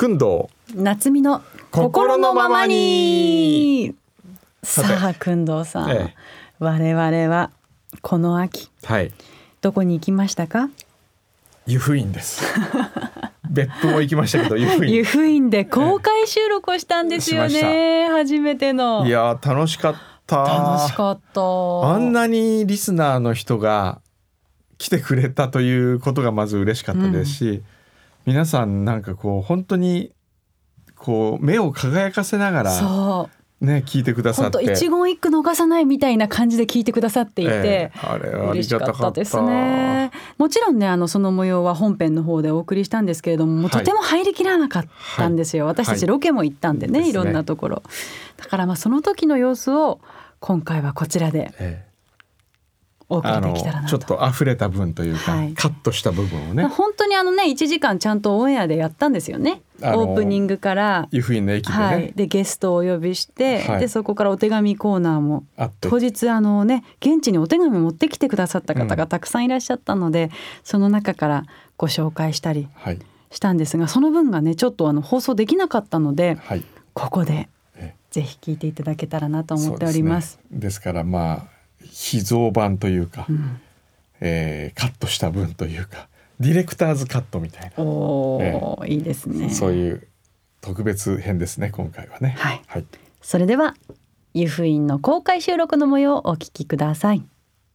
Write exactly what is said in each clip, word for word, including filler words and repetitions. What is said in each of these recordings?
工藤夏美の心のままに。さあ工藤さん、ええ、我々はこの秋、はい、どこに行きましたか？ 湯布院です別府も行きましたけど湯布院湯布院で公開収録をしたんですよね、ええ、初めての。 いや楽しかった楽しかった。 あんなにリスナーの人が来てくれたということがまず嬉しかったですし、うん、皆さんなんかこう本当にこう目を輝かせながらそうね、聞いてくださって、 本当一言一句逃さないみたいな感じで聞いてくださっていて、 えー、あれはありがたかった。 嬉しかったですね。もちろんねあのその模様は本編の方でお送りしたんですけれども、もうとても入りきらなかったんですよ、はい、私たちロケも行ったんでね、はい、いろんなところ、だからまあその時の様子を今回はこちらで、えーお送りできたらなと。 ちょっと溢れた分というか、はい、カットした部分をね、 本当にあのねいちじかんちゃんとオンエアでやったんですよね。オープニングから湯布院の駅でね、 はい、でゲストをお呼びして、はい、でそこからお手紙コーナーも当日あのね現地にお手紙持ってきてくださった方がたくさんいらっしゃったので、うん、その中からご紹介したりしたんですが、はい、その分がねちょっとあの放送できなかったので、はい、ここでぜひ聞いていただけたらなと思っております。 そうですね、ですからまあ秘蔵版というか、うんえー、カットした分というかディレクターズカットみたいな、 お、えー、いいですね。 そういう特別編ですね今回はね、 はいはい、それでは湯布院の公開収録の模様をお聞きください。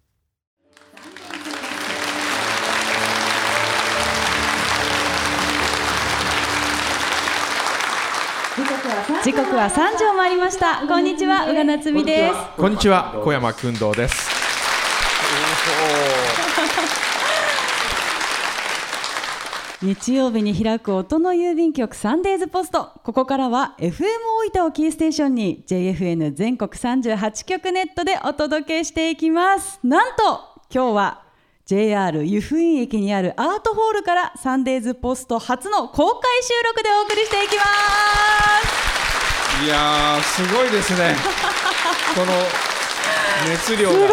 時刻はさんじを回りました。こんにちは、宇賀夏美です。 こんにちは、小山薫堂です。 日曜日に開く音の郵便局サンデーズポスト。ここからは エフエム 大分をキーステーションに ジェイエフエヌ 全国さんじゅうはちきょくネットでお届けしていきます。なんと今日は ジェイアール 湯布院駅にあるアートホールからサンデーズポスト初の公開収録でお送りしていきます。 いやーすごいですねこの熱量がすご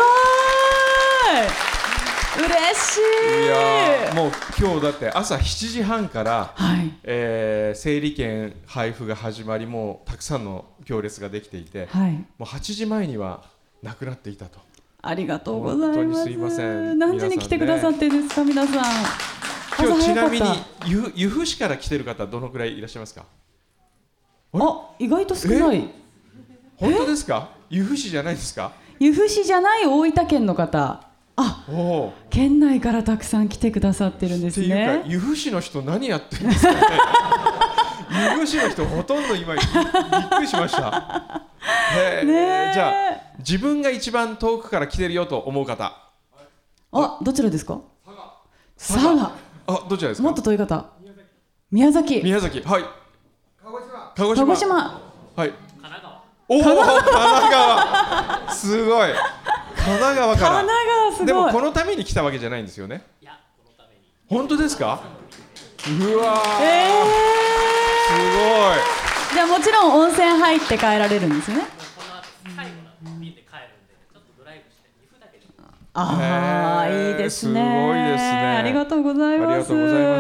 い嬉しい。 いやもう今日だって朝しちじはんから、はいえー、整理券配布が始まり、もうたくさんの行列ができていて、はい、もうはちじまえにはなくなっていたと。 ありがとうございます。 本当にすいません。 何時に来てくださってるんですか皆さん。 今日ちなみに湯湯布市から来てる方どのくらいいらっしゃいますか？ あ、意外と少ない。 本当ですか？湯布市じゃないですか？ 湯布市じゃない大分県の方。あ、県内からたくさん来てくださってるんですね。 っていうか湯布市の人何やってるんですかね湯布市の人ほとんど今びっくりしましたね。じゃあ自分が一番遠くから来てるよと思う方。 あ、どちらですか？佐賀。佐賀。 あ、どちらですか？ もっと遠い方。宮崎。 宮崎。はい。鹿児島。鹿児島。 鹿児島。 はい。神奈川。おお、神奈川。すごい。神奈川から。 神奈川すごい。 でもこのために来たわけじゃないんですよね。いや、このために。本当ですか？うわー。えー、すごい。 じゃあもちろん温泉入って帰られるんですよね。ああ、いいですね。すごいですね。ありがとうございます。ありがとうございます。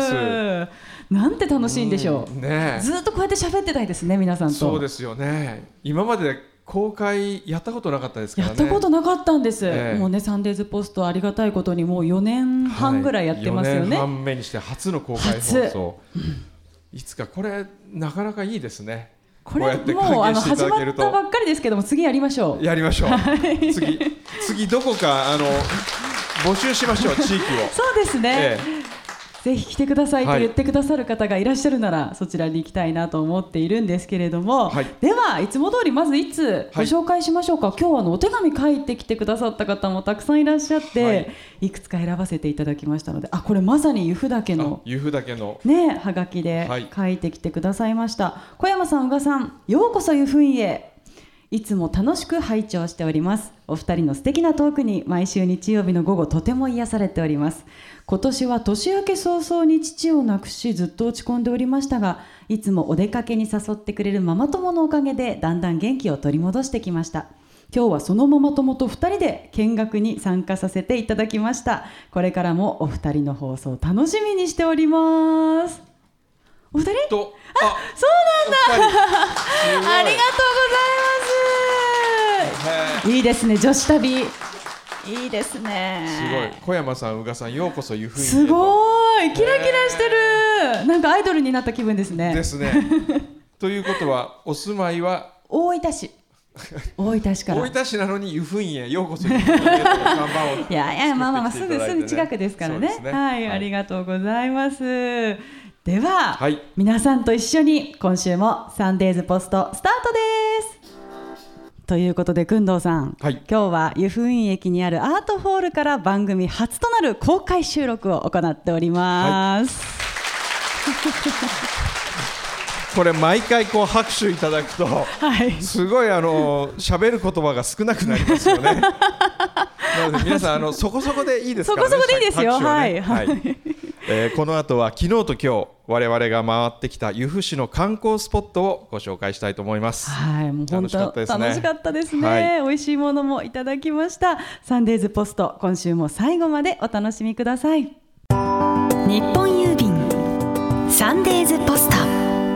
なんて楽しいんでしょう。ね、ずっとこうやって喋ってたいですね、皆さんと。 そうですよね。今まで公開やったことなかったですからね。 やったことなかったんです。ええ、もうね、サンデーズポストありがたいことにもうよねんはんぐらいやってますよね。はい、よねんはんめにして初の公開放送。いつかこれなかなかいいですね。 これもうあの始まったばっかりですけども、次やりましょう。 やりましょう。次次どこかあの募集しましょう、地域を。 そうですね。ええ、ぜひ来てくださいと言ってくださる方がいらっしゃるなら、はい、そちらに行きたいなと思っているんですけれども、はい、ではいつも通りまずいつご紹介しましょうか。はい、今日はあのお手紙書いてきてくださった方もたくさんいらっしゃって、はい、いくつか選ばせていただきましたので、あ、これまさに由布岳の由布岳のね、はがきで書いてきてくださいました。はい、小山さん、宇賀さん、ようこそ由布院へ。いつも楽しく拝聴しております。お二人の素敵なトークに毎週日曜日の午後とても癒されております。今年は年明け早々に父を亡くし、ずっと落ち込んでおりましたが、いつもお出かけに誘ってくれるママ友のおかげでだんだん元気を取り戻してきました。今日はそのママ友とふたりで見学に参加させていただきました。これからもお二人の放送楽しみにしております。 お二人と、 あ、そうなんだありがとうございます。いいですね、女子旅いいですね。 すごい、小山さん、宇賀さん、ようこそ湯布院へ。 すごい、キラキラしてる。なんかアイドルになった気分ですね。 ですねということは、お住まいは大分市大分市から大分市なのに湯布院へようこそ湯布院へという看板をいやいや、まあまあまあ、すぐすぐ近くですからね。はい、はい、ありがとうございます。では、はい、皆さんと一緒に今週もサンデーズポストスタートです。ということで、工藤さん、はい、今日は湯布院駅にあるアートホールから番組初となる公開収録を行っております、 はい、これ毎回こう拍手いただくと、はい、すごいあの喋る言葉が少なくなりますよねなので皆さん、あのそこそこでいいですからね。 そこそこでいいですよ、ね、はい、 はい、えー、この後は昨日と今日我々が回ってきた由布市の観光スポットをご紹介したいと思います。 はい、もう本当楽しかったですね、はい、美味しいものもいただきました。サンデーズポスト、今週も最後までお楽しみください。日本郵便サンデーズポスト。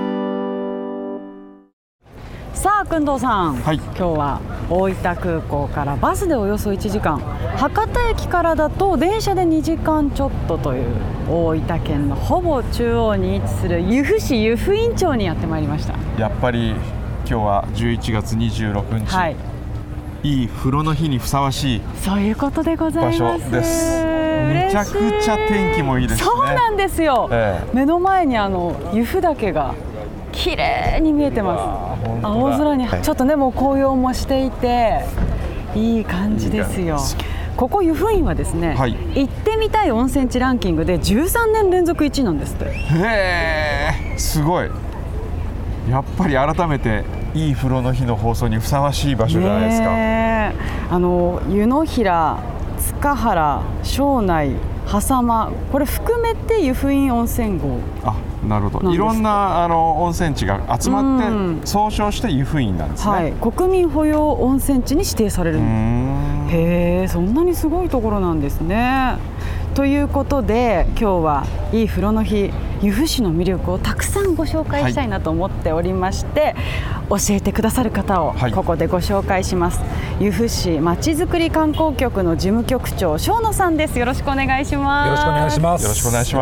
さあ、工藤さん、はい、今日は大分空港からバスでおよそいちじかん、博多駅からだと電車でにじかんちょっとという大分県のほぼ中央に位置する由布市湯布院町にやってまいりました。 やっぱり今日はじゅういちがつにじゅうろくにち、はい、いい風呂の日にふさわしいそういうことでございます。 場所です。めちゃくちゃ天気もいいですね。 そうなんですよ、ええ、目の前にあの由布岳が綺麗に見えてます。青空にちょっとね、もう紅葉もしていていい感じですよ。ここ湯布院はですね、はい、行ってみたい温泉地ランキングでじゅうさんねん連続いちいなんですって。 へー、すごい。やっぱり改めていい風呂の日の放送にふさわしい場所じゃないですか。 ね、あの湯の平、塚原、庄内、狭間、これ含めて湯布院温泉郷。 あ、なるほど。いろんなあの温泉地が集まって総称して湯布院なんですね、はい、 国民保養温泉地に指定される。へえ、そんなにすごいところなんですね。ということで、今日はいい風呂の日、由布市の魅力をたくさんご紹介したいなと思っておりまして、はい、教えてくださる方をここでご紹介します、はい、由布市まちづくり観光局の事務局長、庄野さんです。よろしくお願いします。 よろしくお願いします。 よろしくお願いします。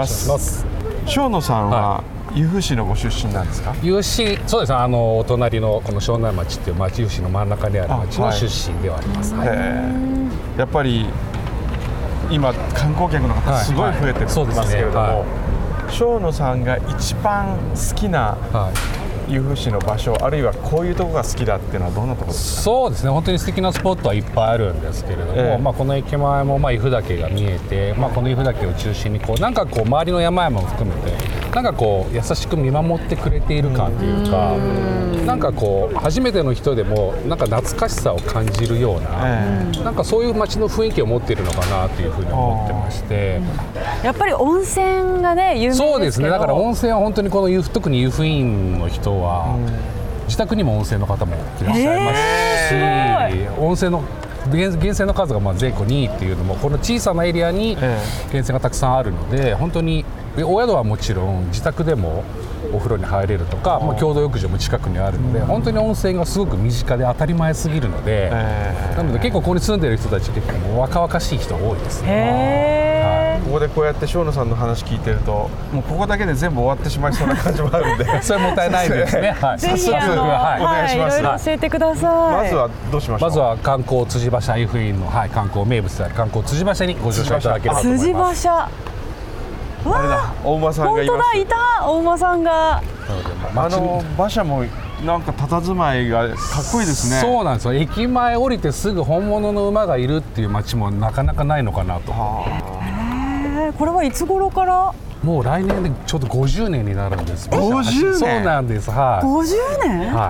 庄野さんは由布市のご出身なんですか？ 由布市、そうですね、あのお隣のこの庄内町っていう町、由布市の真ん中にある町の出身ではあります、はいはい、 やっぱり今観光客の方すごい増えてますけれども、庄野さんが一番好きな由布市の場所、あるいはこういうところが好きだっていうのはどんなところですか？ そうですね、本当に素敵なスポットはいっぱいあるんですけれども、ええ、まあ、この駅前もまあ由布岳が見えて、まあ、この由布岳を中心にこうなんかこう周りの山々も含めてなんかこう優しく見守ってくれている感というか、なんかこう初めての人でもなんか懐かしさを感じるような、ええ、なんかそういう街の雰囲気を持っているのかなというふうに思ってまして、 やっぱり温泉がね有名ですけど。 そうですね、だから温泉は本当にこの由布、特に由布院の人は、うん、自宅にも温泉の方もいらっしゃいますし、温泉の源泉の数がまあ全国にいっていうのもこの小さなエリアに源泉がたくさんあるので、本当にお宿はもちろん自宅でもお風呂に入れるとか、まあ、共同浴場も近くにあるので、本当に温泉がすごく身近で当たり前すぎるので、なので結構ここに住んでる人たち結構もう若々しい人多いですね。 はい、ここでこうやって庄野さんの話聞いてると、もうここだけで全部終わってしまいそうな感じもあるんでそれもったいないですね。はい、 ぜひあの、はい、お願いします。いろいろ教えてください。 まずはどうしましょう。 まずは観光辻馬車湯布院の、はい、観光名物である観光辻馬車にご乗車いただければと思います。 辻馬車、 あれだ、お馬さんがいます。 本当だ、いたお馬さんが。 あの馬車もなんか佇まいがかっこいいですね。 そうなんですよ。駅前降りてすぐ本物の馬がいるっていう街もなかなかないのかなと。 へー、これはいつ頃から？ もう来年でちょうどごじゅうねんになるんです。 ごじゅうねん。 そうなんです。はい。 ごじゅうねん？ はい。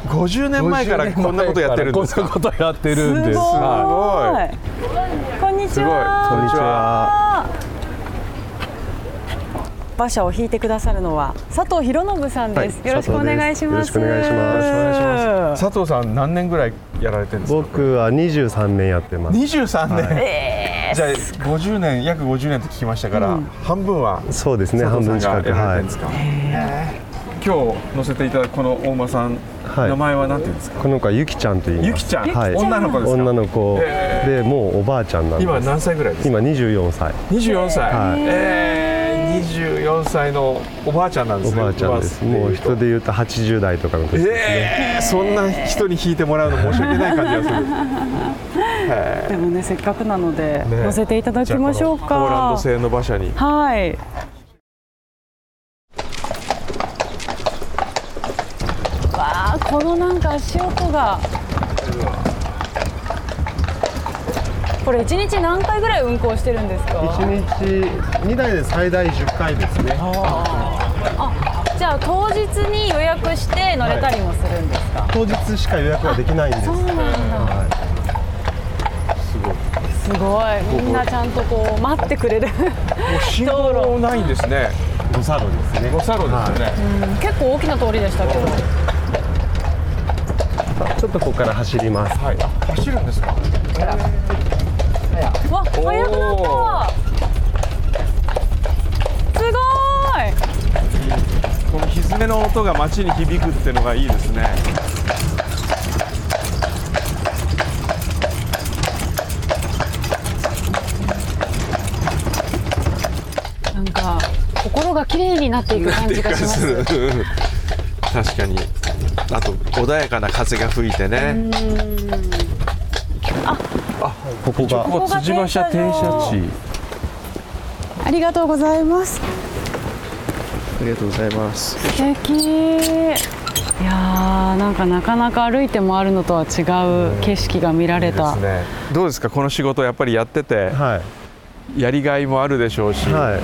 ごじゅうねんまえからこんなことやってるんですか？ こんなことやってるんです。すごい。 はい、こんにちは。 こんにちは。 馬車を引いてくださるのは佐藤博信さんです、はい、よろしくお願いします。 よろしくお願いします。 佐藤さん何年ぐらいやられてるんですか？ 僕はにじゅうさんねんやってます。 にじゅうさんねん、はい、 ええー、 じゃあごじゅうねん、約ごじゅうねんと聞きましたから、うん、半分はそうですね、半分近く。はい。 今日乗せていただくこのお馬さん、はい、名前は何て言うんですか？ この子はゆきちゃんと言います。 ゆきちゃん、 はい、 女の子ですか？ 女の子で、もうおばあちゃんなんです。 今何歳ぐらいですか？ 今にじゅうよんさい。 にじゅうよんさい。はい、えー、にじゅうよんさいのおばあちゃんなんですね。 おばあちゃんです。もう人で言うとはちじゅうだいとかの時ですね。 えー、そんな人に引いてもらうの申し訳ない感じがする。 でもね、せっかくなので、ね、乗せていただきましょうか。 ポーランド製の馬車に。 はい。わあ、このなんか足音が。これいちにち何回ぐらい運行してるんですか？ いちにちにだいで最大じゅっかいですね。 あ、じゃあ当日に予約して乗れたりもするんですか？はい、 当日しか予約はできないんです。 そうなんだ。はい、すごい。すごい。みんなちゃんとこう待ってくれる。もう信号ないんですね。 五差路ですね。 五差路ですよね。 はい、うん、結構大きな通りでしたけど。 ちょっとここから走ります。 はい。走るんですか？ わ、速くなった。すごい。 この蹄の音が街に響くっていうのがいいですね。 なんか心が綺麗になっていく感じがします。 確かに。あと穏やかな風が吹いてね。 あ、 あ、ここがここ辻馬車停車地。 ありがとうございます。 ありがとうございます。 素敵。いやー、なんかなかなか歩いてもあるのとは違う景色が見られた。 いいですね。どうですか、この仕事やっぱりやってて、はい、やりがいもあるでしょうし、はい、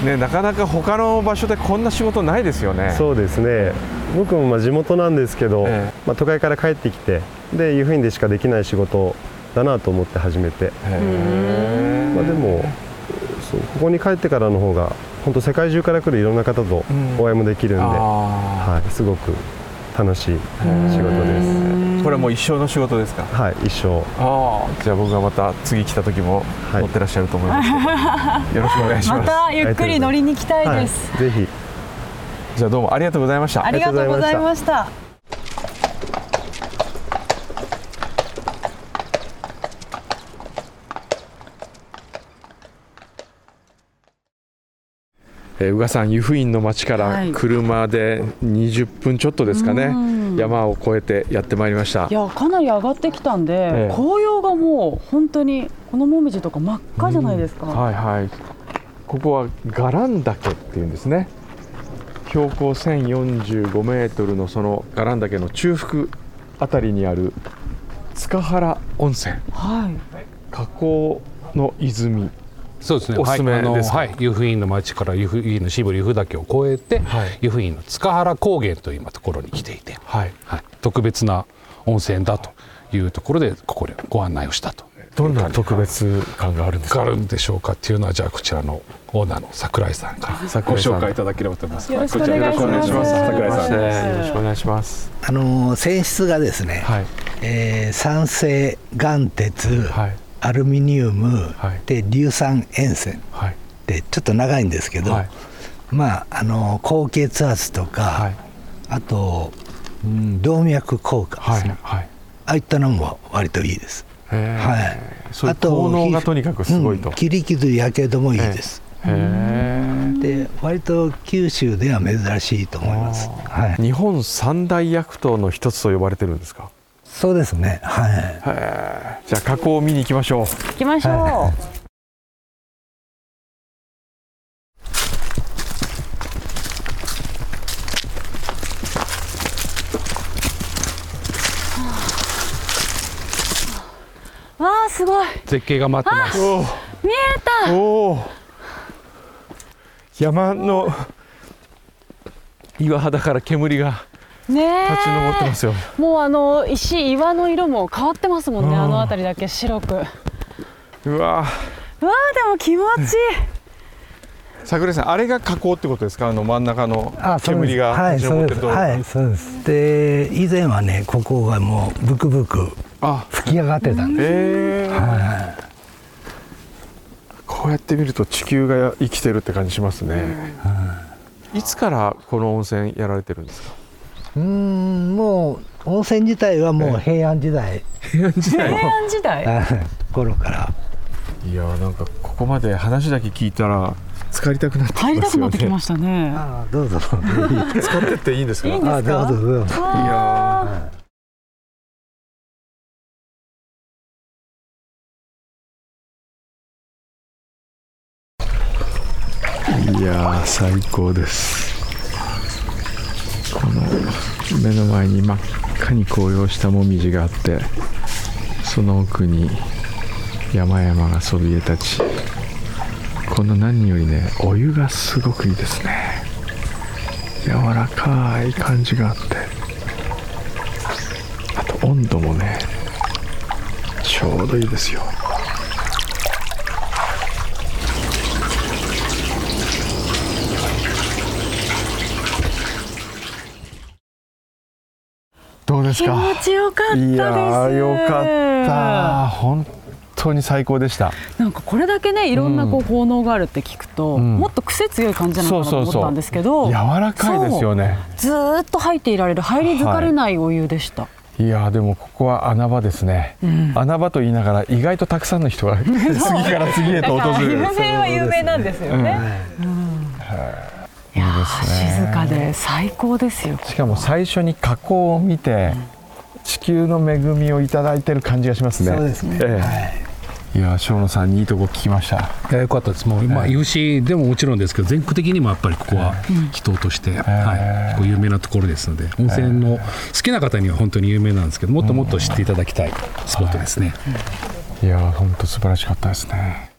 ね、なかなか他の場所でこんな仕事ないですよね。 そうですね。僕もまあ地元なんですけど、えーまあ、都会から帰ってきて、で湯布院でしかできない仕事だなと思って始めて、まあ、でもそうここに帰ってからの方が本当世界中から来るいろんな方とお会いもできるんで、はい、すごく楽しい仕事です。 これはもう一生の仕事ですか？ はい、一生。 ああ、じゃあ僕がまた次来た時も乗ってらっしゃると思いますけど、はい、よろしくお願いします。 またゆっくり乗りに行きたいです。 はい、ぜひ。 じゃあどうもありがとうございました。 ありがとうございました。 えー、宇賀さん、湯布院の町から車でにじゅっぷんちょっとですかね、はい、山を越えてやってまいりました。 いや、かなり上がってきたんで、えー、紅葉がもう本当にこのもみじとか真っ赤じゃないですか。 はいはい。ここは伽藍岳っていうんですね。標高せんよんじゅうごメートルのその伽藍岳の中腹あたりにある塚原温泉、はい、河口の泉。 そうですね。おすすめですか？はい、湯布院の町から湯布院の渋湯布岳を越えて、はい、湯布院の塚原高原というところに来ていて、はいはい、特別な温泉だというところでここでご案内をしたと。 どんな特別感があるんですか？ あるんでしょうかっていうのは、じゃあこちらのオーナーの櫻井さんからご紹介いただければと思います。 よろしくお願いします。 櫻井さん、よろしくお願いします。 あの泉質がですね、はい、えー、酸性岩鉄、はい、アルミニウム、はい、で硫酸塩泉、はい、でちょっと長いんですけど、はい、まああの高血圧とか、はい、あと、うん、動脈硬化ですね、はいはい、ああいったのも割といいです。はい、 そういう効能がとにかくすごいと、 うん、切り傷やけどもいいです。で割と九州では珍しいと思います。はい、 日本三大薬湯の一つと呼ばれてるんですか？ そうですね。はい。 じゃあ河口を見に行きましょう。行きましょう。はい、わあ、すごい絶景が待ってます。 見えた。 おー、山の岩肌から煙が立ち上ってますよ。 もうあの石、岩の色も変わってますもんね。あの辺りだけ白く。 うわうわー、でも気持ちいい。 櫻井さん、あれが火口ってことですか？あの真ん中の煙が立ち上ってると。 はい、そうです。で以前はね、ここがもうブクブク吹き上がってたんです。 へー、はい、 こうやって見ると地球が生きてるって感じしますね、うん、いつからこの温泉やられてるんですか？ うーんもう温泉自体はもう平安時代、 平安時代平安時代頃から。 いやなんかここまで話だけ聞いたら浸かりたくなってきますよね。 入りたくなってきましたね。 あどうぞ使ってっていいんですか？ いいんですか？ あどうぞどうぞ。いやいや最高です。この目の前に真っ赤に紅葉したもみじがあって、その奥に山々がそびえ立ち、この何よりねお湯がすごくいいですね。柔らかい感じがあって、あと温度もねちょうどいいですよ。どうですか？ 気持ちよかったです。 いやーよかった、本当に最高でした。 なんかこれだけねいろんなこう効能があるって聞くと、うん、もっと癖強い感じなのかなと思ったんですけど、 そうそうそう柔らかいですよね。 ずーっと入っていられる、入り疲れないお湯でした、はい、 いやでもここは穴場ですね、うん、穴場と言いながら意外とたくさんの人が次から次へと訪れる。 有名は有名なんですよね、うんうんいや静かで最高ですよ。 しかも最初に火口を見て、うん、地球の恵みをいただいてる感じがしますね。 そうですね、ええはい、いや生野さんにいいとこ聞きました。いやよかったです。もう、まあ、有志でももちろんですけど全国的にもやっぱりここは秘湯として、えーはい、こう有名なところですので、温泉の好きな方には本当に有名なんですけど、もっともっと知っていただきたいスポットですね、 うん、いや本当素晴らしかったですね。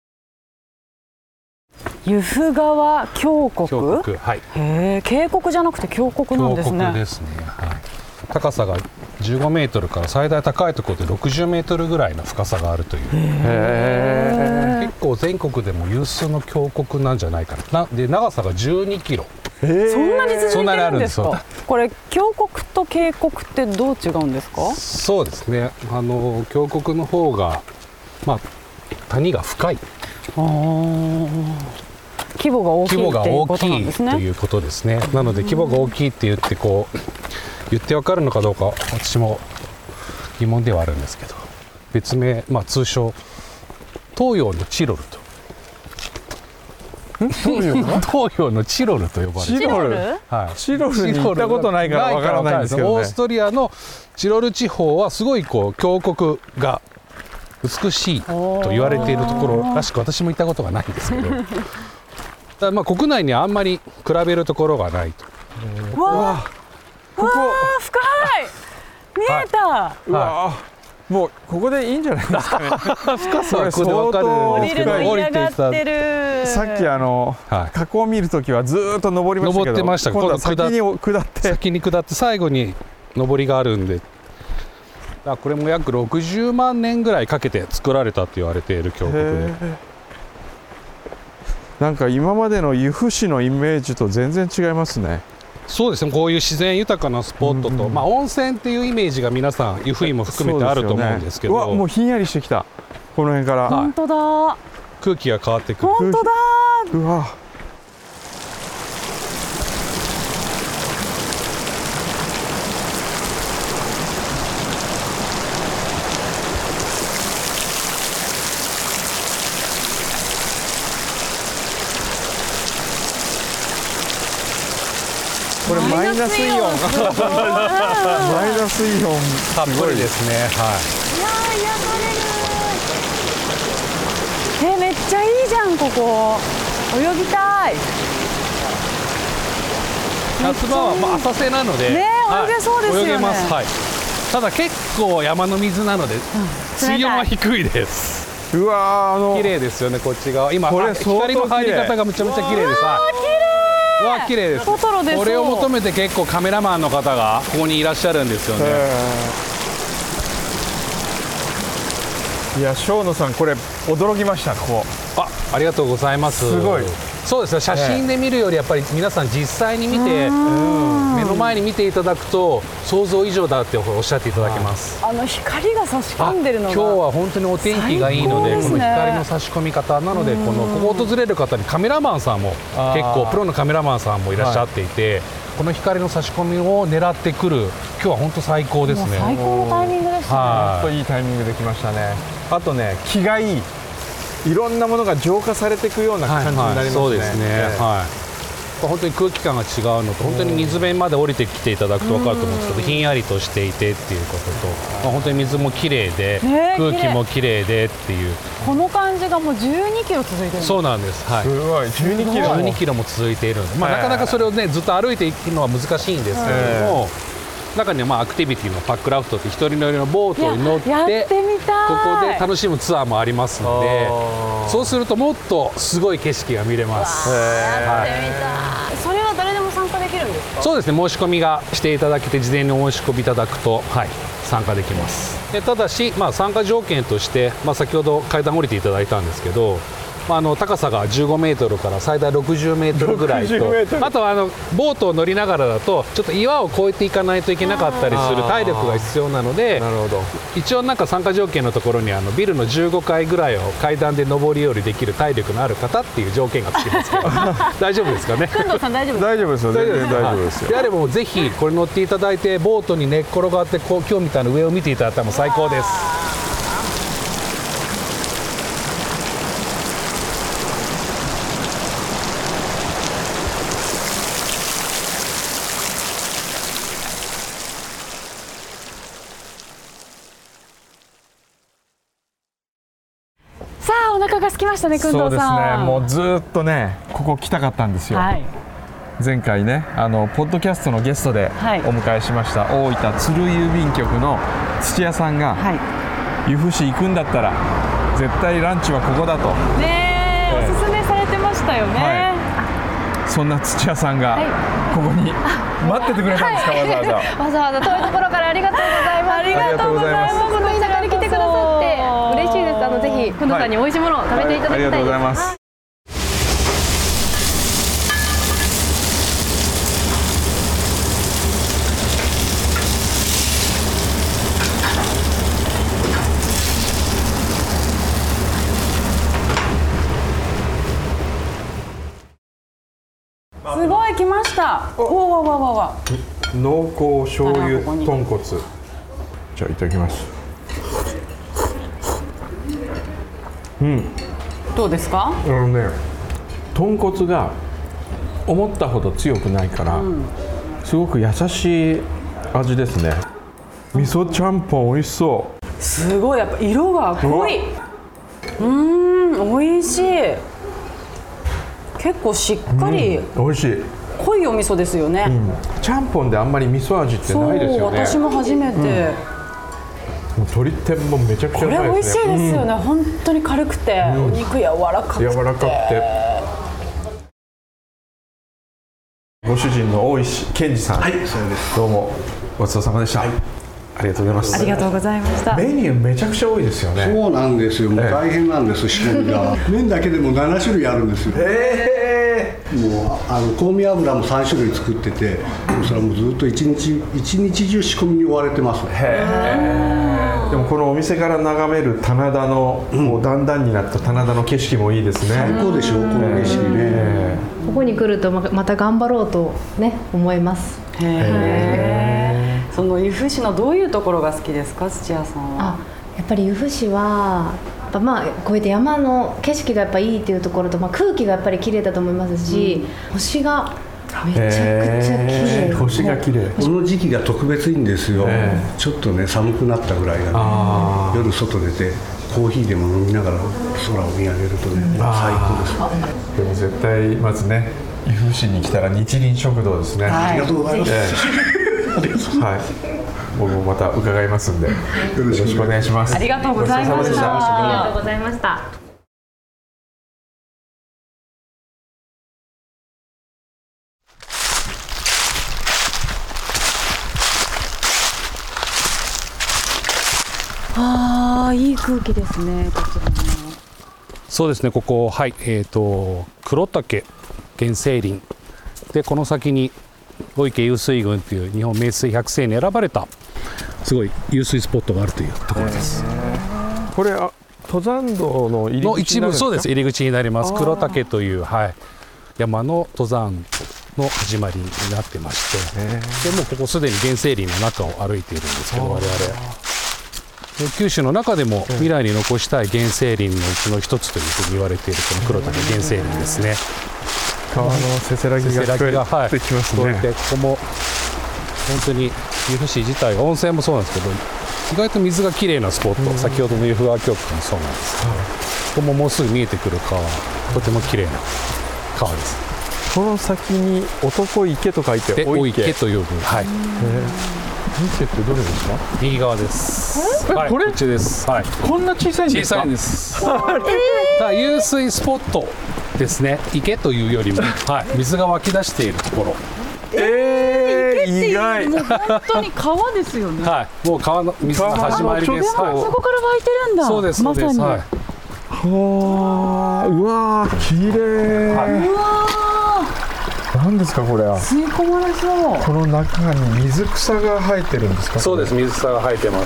由布川峡谷、 峡谷、はい、 へ渓谷じゃなくて峡谷なんですね。 峡谷ですね、はい、高さがじゅうごメートルから最大高いところでろくじゅうメートルぐらいの深さがあるという、へ結構全国でも有数の峡谷なんじゃないかな。で長さがじゅうにキロ、 そんなに続いてるんですか？これ峡谷と渓谷ってどう違うんですか？ そうですね、あの峡谷の方が、まあ、谷が深い、あ規模が大きいっていうことなんですね。 規模が大きいということですね。なので規模が大きいって言ってこう言ってわかるのかどうか私も疑問ではあるんですけど、別名、まあ、通称東洋のチロルと東洋の東洋のチロルと呼ばれている。 チロル、はい、チロルに行ったことないからわからないんですけどね。 オーストリアのチロル地方はすごいこう峡谷が美しいと言われているところらしく、私も行ったことがないんですけどだまあ国内にはあんまり比べるところがないと。 うわここ深い見えた、はい、 うわもうここでいいんじゃないですかね深さはここで分かるんですけど、 降りていったさっきあの、はい、河口を見るときはずっと登りましたけど、 登ってました。 今度は先に下って先に下って最後に登りがあるんで、あこれも約ろくじゅうまんねんぐらいかけて作られたと言われている峡谷で、 なんか今までの由布市のイメージと全然違いますね。 そうですね、こういう自然豊かなスポットと、うんうんまあ、温泉っていうイメージが皆さん由布院も含めてあると思うんですけど、 うわもうひんやりしてきた、この辺から、 はい、本当だ、 空気が変わってくる。 本当だ、 うわこれマイナスイオンマイナスイオンたっぷりですね。はい。 いや癒される。えめっちゃいいじゃんここ。泳ぎたい。 夏場はまあ浅瀬なので、 ね泳げそうですよね。 はい、泳げます。はい。ただ結構山の水なので、うん、水温は低いです。 うわーあの綺麗ですよねこっち側。今これ光の入り方がめちゃめちゃ綺麗です。わあ綺麗です。 トトロです。 これを求めて結構カメラマンの方がここにいらっしゃるんですよね。 いや生野さんこれ驚きました。ここあ, ありがとうございます。 すごい。 そうですね、写真で見るよりやっぱり皆さん実際に見て、うん、目の前前に見ていただくと想像以上だっておっしゃっていただけます。 あの光が差し込んでるのが今日は本当にお天気がいいので、この光の差し込み方なので、このここを訪れる方にカメラマンさんも結構プロのカメラマンさんもいらっしゃっていて、はい、この光の差し込みを狙ってくる今日は本当最高ですね。 最高のタイミングでしたね。 本当いいタイミングできましたね。あとね、気がいい、いろんなものが浄化されていくような感じになりますね。はいはい、そうですね、はい、 本当に空気感が違うのと、本当に水辺まで降りてきていただくと分かると思うんですけど、ひんやりとしていてっていうことと、まあ、本当に水もきれいで、ね、空気もきれいでっていう、 この感じがもうじゅうにキロ続いてるんです。 そうなんです、はい、 すごいじゅうにキロ、 じゅうにキロも続いているので、まあ、なかなかそれをねずっと歩いていくのは難しいんですけれども、中にはまあアクティビティのパックラフトって一人乗りのボートに乗ってやってみたい、 ここで楽しむツアーもありますので、そうするともっとすごい景色が見れます。 やってみたい。それは誰でも参加できるんですか？ そうですね、申し込みがしていただけて事前にお申し込みいただくと、はい、参加できます。でただし、まあ、参加条件として、まあ、先ほど階段降りていただいたんですけど、まあ、あの高さがじゅうごメートルから最大ろくじゅうメートルぐらいと、あとはあのボートを乗りながらだとちょっと岩を越えていかないといけなかったりする体力が必要なので、 なるほど、 一応なんか参加条件のところにあのビルのじゅうごかいぐらいを階段で上り下りできる体力のある方っていう条件がつきますけど大丈夫ですかね？ 工藤さん大丈夫ですか？ 大丈夫ですよ、全然大丈夫ですよ。 であればぜひこれ乗っていただいてボートに寝っ転がってこう今日みたいな上を見ていただいたらもう最高です。 さあ、お腹が空きましたね、工藤さん。 そうですね、もうずっとねここ来たかったんですよ、はい、前回ねあのポッドキャストのゲストでお迎えしました、はい、大分鶴郵便局の土屋さんが、はい、由布市行くんだったら絶対ランチはここだとね、えー、おすすめされてましたよね、 はい、そんな土屋さんがここに待っててくれたんですか、はい、わざわざわざわざ遠いところからありがとうございます。 ありがとうございます。 この田舎に来てくださって嬉しいです。あのぜひ工藤さんに美味しいものを食べていただきたいです、はい、ありがとうございます。 すごい来ました。おわわわわ。 濃厚醤油豚骨。じゃあいただきます。うん。 どうですか？ あのね、豚骨が思ったほど強くないから、うん、すごく優しい味ですね。味噌ちゃんぽん美味しそう。 すごいやっぱ色が濃い。うーん、美味しい。結構しっかり、 うん、美味しい濃いお味噌ですよね、うん、 ちゃんぽんであんまり味噌味ってないですよね。 私も初めて、うん、もう鶏天もめちゃくちゃうまいですね。 これ美味しいですよね、うん、本当に軽くて、うん、お肉柔らかくて柔らかくてご主人の大石健二さん、はい、そうです。どうもごちそうさまでした、はい、ありがとうございます。 ありがとうございました。 メニューめちゃくちゃ多いですよね。 そうなんですよ、もう大変なんです、仕込みが麺だけでもななしゅるいあるんですよ。えー、もうあの香味油もさんしゅるい作ってて、それはもうずっと一日一日中仕込みに追われてます。 へー。でもこのお店から眺める棚田の、うん、もうだんだんになった棚田の景色もいいですね。 最高でしょう、この景色ね。 ここに来るとまた頑張ろうとね思います。 へー。その由布市のどういうところが好きですか、土屋さんは？ あ、やっぱり由布市はやっぱまあこうやって山の景色がやっぱいいっていうところと、まあ、空気がやっぱり綺麗だと思いますし、うん、星がめちゃくちゃ綺麗。 星が綺麗。 この時期が特別いいんですよ。ちょっとね寒くなったぐらいがね、夜外出てコーヒーでも飲みながら空を見上げるとね、最高です。 でも絶対まずね由布市に来たら日輪食堂ですね。 ありがとうございます。 はい、僕もまた伺いますんでよろしくお願いします。 ありがとうございました。 ありがとうございました。 ああ、いい空気ですね、こちらも。 そうですね、ここ、はい、えーと黒岳原生林で、この先に御池湧水群という日本名水百選に選ばれたすごい湧水スポットがあるというところです。 これあ登山道の入り口の一部、そうです、入り口になります。黒岳という、はい、山の登山の始まりになってまして、でもうここすでに原生林の中を歩いているんですけど、我々九州の中でも未来に残したい原生林のうちの一つというふうに言われているこの黒岳原生林ですね。 川のせせらぎが聞こえてきますね。 はい、ここも本当に由布市自体が温泉もそうなんですけど意外と水がきれいなスポット、先ほどの由布川峡谷もそうなんですけど、ここももうすぐ見えてくる川、とてもきれいな川です。 この先に男池と書いてお池という部分、はい、 池ってどれですか？ 右側です。はい、これこっちです。はい、 こんな小さいんですか？ 小さいんです。だ湧水スポットですね。池というよりも、はい、水が湧き出しているところ。 えー、意外。 もう本当に川ですよね。 はい、もう川の水の始まりです。 はい、そこから湧いてるんだ。 そうです、そうです。 まさに。 はい、 はあ、うわー、綺麗。はい、うわー。何ですかこれは。 吸い込まれそう。 この中に水草が生えてるんですか？ そうです、水草が生えてます。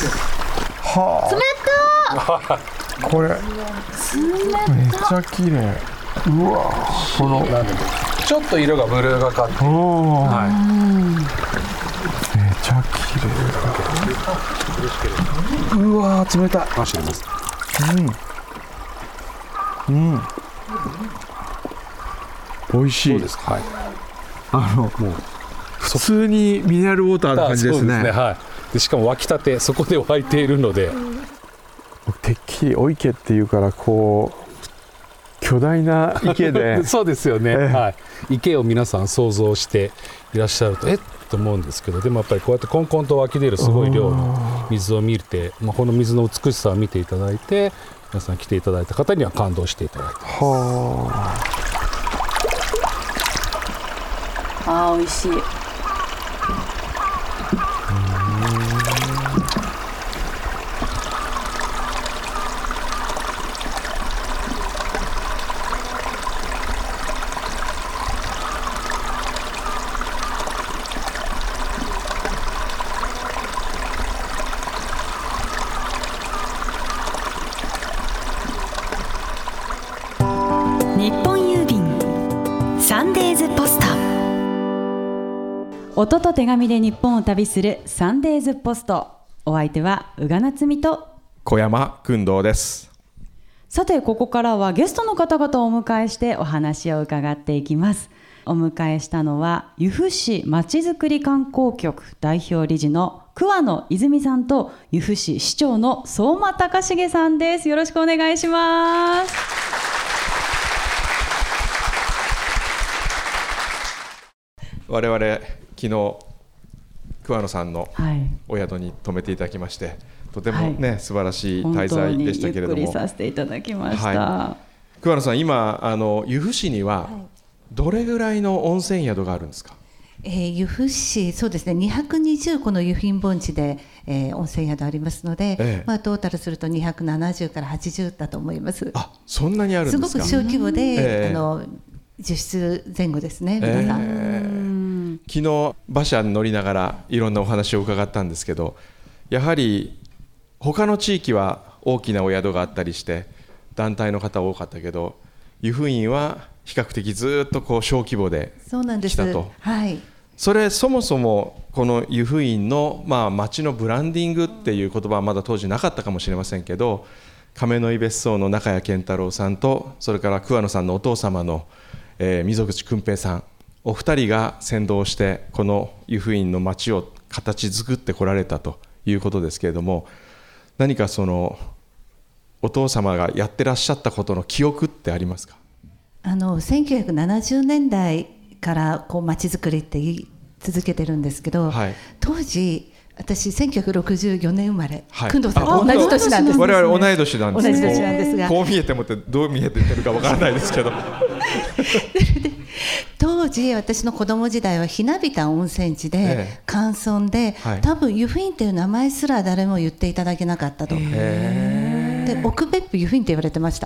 はあ。冷た。これ。めっちゃ綺麗。うわー、この。 ちょっと色がブルーがかって、はい、 めちゃ綺麗。うわー、冷たい。 マジです。 うん。うん。美味しい。 そうですか。はい。 あのもう普通にミネラルウォーターな感じですね。 そうですね。はい。でしかも湧きたて、そこで湧いているので。 てっきりお池っていうからこう。巨大な池でそうですよね、えーはい、池を皆さん想像していらっしゃるとえっと思うんですけど、でもやっぱりこうやってコンコンと湧き出るすごい量の水を見て、まあ、この水の美しさを見ていただいて皆さん来ていただいた方には感動していただいてます。 はあー、美味しい。 日本郵便サンデーズポスト。 音と手紙で日本を旅するサンデーズポスト。お相手は宇賀なつみと小山君堂です。 さて、ここからはゲストの方々をお迎えしてお話を伺っていきます。お迎えしたのは由布市まちづくり観光局代表理事の桑野泉さんと由布市市長の相馬隆重さんです。よろしくお願いします。 我々昨日桑野さんのお宿に泊めていただきまして、はい、とてもね、はい、素晴らしい滞在でしたけれども、 本当にゆっくりさせていただきました、はい、 桑野さん、今あの由布市にはどれぐらいの温泉宿があるんですか？ えー、由布市、そうですね、にひゃくにじゅうこの湯布院盆地で、えー、温泉宿ありますので、ええ、まあ、トータルするとにひゃくななじゅうからはちじゅうだと思います。 あ、そんなにあるんですか？ すごく小規模で、ええ、あのじゅっ室前後ですね、皆さん、えー、昨日馬車に乗りながらいろんなお話を伺ったんですけど、やはり他の地域は大きなお宿があったりして団体の方多かったけど、湯布院は比較的ずっとこう小規模で来たと。そうなんです、はい、それそもそもこの湯布院の、まあ、町のブランディングっていう言葉はまだ当時なかったかもしれませんけど、亀の井別荘の中谷健太郎さんと、それから桑野さんのお父様の、えー、溝口訓平さん、お二人が先導してこの湯布院の町を形作ってこられたということですけれども、何かそのお父様がやってらっしゃったことの記憶ってありますか？ あのせんきゅうひゃくななじゅうねんだいからこう町づくりって言い続けてるんですけど、はい、当時私せんきゅうひゃくろくじゅうよねん生まれ、はい、工藤さんと同じ年なんです、ね、 我々同い年なんです。 同じ年なんですが、 こう見えてもってどう見えてるかわからないですけど当時私の子供時代はひなびた温泉地で寒村で、はい、多分湯布院っていう名前すら誰も言っていただけなかったと。で奥別府湯布院って言われてました。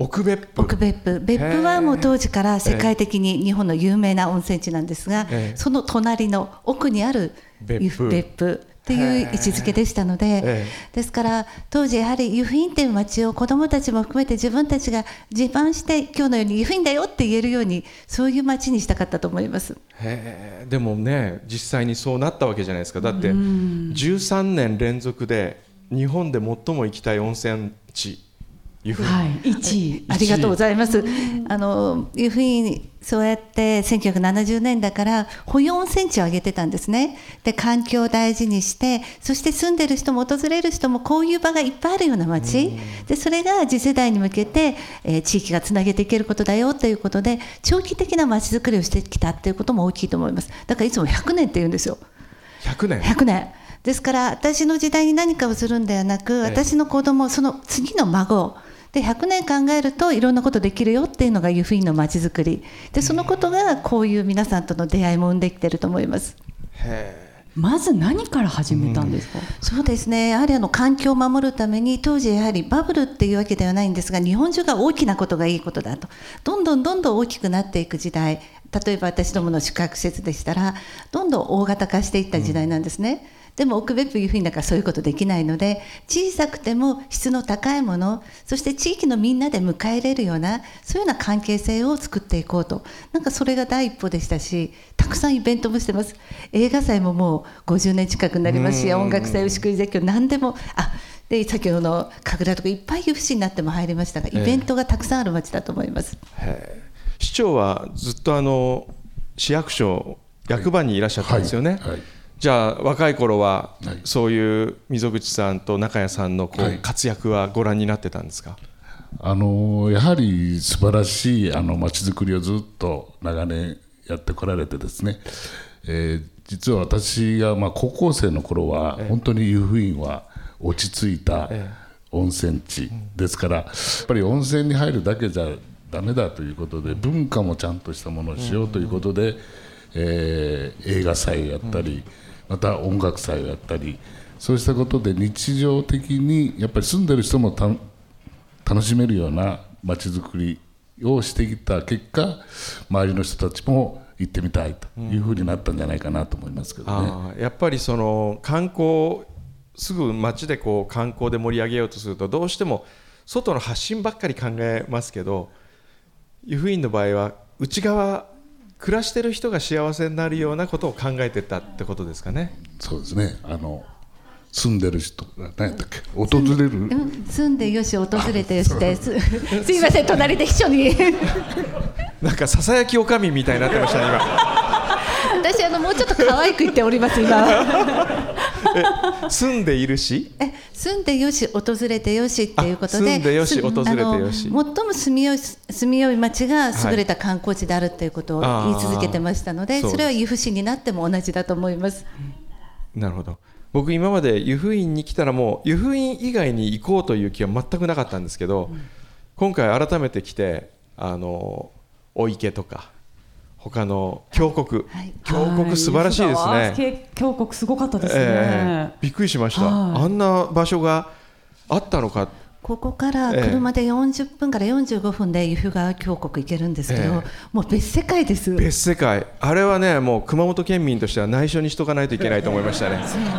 奥別府。 奥別府別府はもう当時から世界的に日本の有名な温泉地なんですが、その隣の奥にある別府別府っていう位置づけでしたので、ですから当時やはり湯布院っていう町を子どもたちも含めて自分たちが自慢して今日のように湯布院だよって言えるように、そういう町にしたかったと思います。 へー、でもね実際にそうなったわけじゃないですか。だってじゅうさんねん連続で日本で最も行きたい温泉地湯布院、 はい、いちいありがとうございます。あの湯布院そうやってせんきゅうひゃくななじゅうねんだから保養温泉地を挙げてたんですね。で環境を大事にして、そして住んでる人も訪れる人もこういう場がいっぱいあるような町で、それが次世代に向けて、えー、地域がつなげていけることだよということで長期的な町づくりをしてきたということも大きいと思います。だからいつもひゃくねんって言うんですよ。 ひゃくねんひゃくねんですから、私の時代に何かをするんではなく、私の子供、その次の孫でひゃくねん考えるといろんなことできるよっていうのが湯布院のまちづくりで、そのことがこういう皆さんとの出会いも生んできてると思います。 へー、まず何から始めたんですか？うん、 そうですね、やはりあの環境を守るために当時やはりバブルっていうわけではないんですが、日本中が大きなことがいいことだと、どんどんどんどん大きくなっていく時代、例えば私どもの宿泊施設でしたらどんどん大型化していった時代なんですね。うんでも奥別府湯布院だからそういうことできないので、小さくても質の高いもの、そして地域のみんなで迎え入れるようなそういうような関係性を作っていこうと、なんかそれが第一歩でしたし、たくさんイベントもしてます。映画祭ももうごじゅうねん近くになりますし、音楽祭、牛久絶叫、何でも、あで先ほどの神楽とかいっぱい湯布市になっても入りましたが、イベントがたくさんある町だと思います。 へー、市長はずっとあの市役所役場にいらっしゃったんですよね。はいはいはい、じゃあ若い頃はそういう溝口さんと中谷さんのこう活躍はご覧になってたんですか？ あのやはり素晴らしいあの街づくりをずっと長年やってこられてですね、えー、実は私がまあ高校生の頃は本当に湯布院は落ち着いた温泉地ですから、やっぱり温泉に入るだけじゃダメだということで、文化もちゃんとしたものをしようということで、えー、映画祭をやったり、また音楽祭をやったり、そうしたことで日常的にやっぱり住んでる人もた楽しめるような街づくりをしてきた結果、周りの人たちも行ってみたいというふうになったんじゃないかなと思いますけどね。 あ、やっぱりその観光、すぐ街でこう観光で盛り上げようとするとどうしても外の発信ばっかり考えますけど、湯布院の場合は内側暮らしてる人が幸せになるようなことを考えてたってことですかね。 そうですね、あの住んでる人が何やったっけ、訪れる、うん、 住んでよし訪れてよしです。すいません、隣で秘書になんかささやきおかみみたいになってましたね今。 私あのもうちょっと可愛く言っております今。 え住んでいるし、 え住んでよし訪れてよしっていうことで、 住んでよし訪れてよし、 最も住みよい住みよい町が優れた観光地であるということを言い続けてましたので、はい、それは湯布市になっても同じだと思います。 なるほど。僕今まで湯布院に来たらもう湯布院以外に行こうという気は全くなかったんですけど、うん、今回改めて来てあのお池とか他の峡谷、はい、峡谷素晴らしいですね。 峡谷すごかったですね、 えー、びっくりしました。あんな場所があったのか。 ここから車でよんじゅっぷんからよんじゅうごふんで由布川峡谷行けるんですけど、えー、もう別世界です。 別世界、あれはねもう熊本県民としては内緒にしとかないといけないと思いましたね。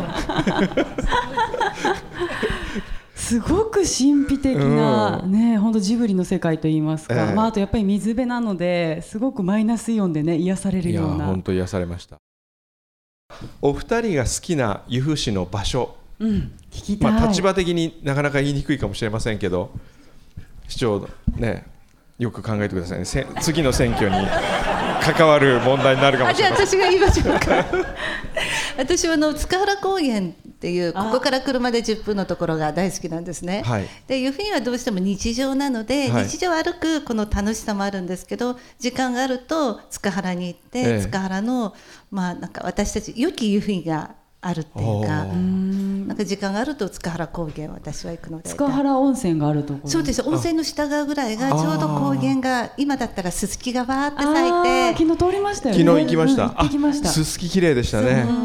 すごく神秘的な、うん、ね、本当ジブリの世界といいますか、えーまあ、あとやっぱり水辺なのですごくマイナスイオンでね癒されるような。いや本当癒されました。お二人が好きな由布市の場所、 うん、聞きたい。 まあ、立場的になかなか言いにくいかもしれませんけど、市長ねよく考えてくださいね。せ次の選挙に関わる問題になるかもしれません。 あ、じゃあ私が言いましょうか。私はあの塚原高原っていうここから車でじゅっぷんのところが大好きなんですね。はい、で湯布院はどうしても日常なので、はい、日常歩くこの楽しさもあるんですけど、時間があると塚原に行って、ええ、塚原の、まあ、なんか私たち良き湯布院があるっていうか、うんなんか時間があると塚原高原私は行くので。 塚原温泉があるところ。 そうです。温泉の下側ぐらいがちょうど高原が、今だったらススキがバーって咲いて、 昨日通りましたよね。 昨日行きました。 うん、行ってきました。 ススキ綺麗でしたね。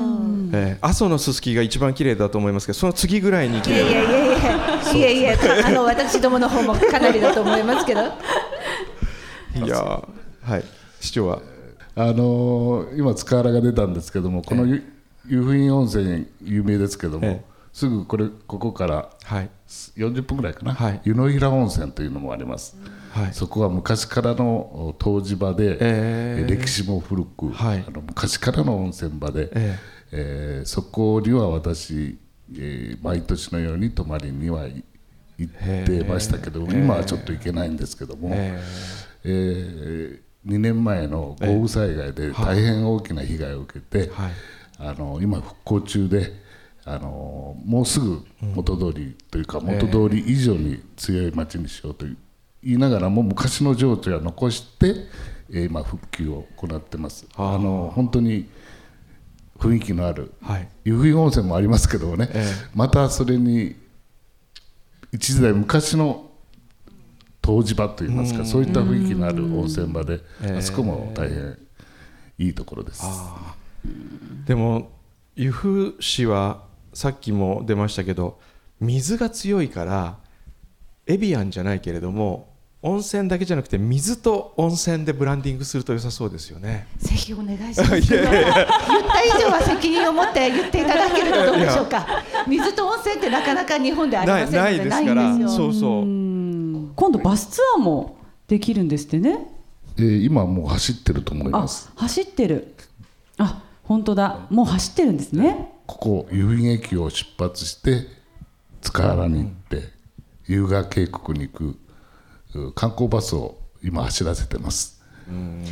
えー、阿蘇のすすきが一番綺麗だと思いますけど、その次ぐらいに綺麗。 いやいやいやいやいやいやあの私どもの方もかなりだと思いますけど。 いやはい市長はあのー、今塚原が出たんですけども、この湯布院温泉有名ですけども、ええ、すぐこれここからよんじゅっぷんぐらいかな、はい、湯の平温泉というのもあります、はい、そこは昔からの湯治場で、えー、歴史も古く、はい、あの昔からの温泉場で、えーえー、そこには私、えー、毎年のように泊まりには行ってましたけど、今はちょっと行けないんですけども、えーえーにねんまえの豪雨災害で大変大きな被害を受けて、はい、あの今復興中で、あのもうすぐ元通りというか、うん、元通り以上に強い町にしようと言いながらも昔の情緒は残して、えー、今復旧を行ってます。あの本当に雰囲気のある、はい、湯布院温泉もありますけどもね、えー、またそれに一時代昔の湯治場といいますか、そういった雰囲気のある温泉場で、あそこも大変いいところです。 あでも由布市はさっきも出ましたけど、水が強いからエビアンじゃないけれども温泉だけじゃなくて水と温泉でブランディングすると良さそうですよね。 ぜひお願いします。いやいやいや言った以上は責任を持って言っていただけるとどうでしょうか。水と温泉ってなかなか日本でありませんので、 ないですから。そうそう。 今度バスツアーもできるんですってね。 えー、今もう走ってると思います。 あ、走ってる。あ、本当だ。もう走ってるんですね。 ここ湯布院駅を出発して塚原に行って、うん、湯河渓谷に行く観光バスを今走らせてます。 うん、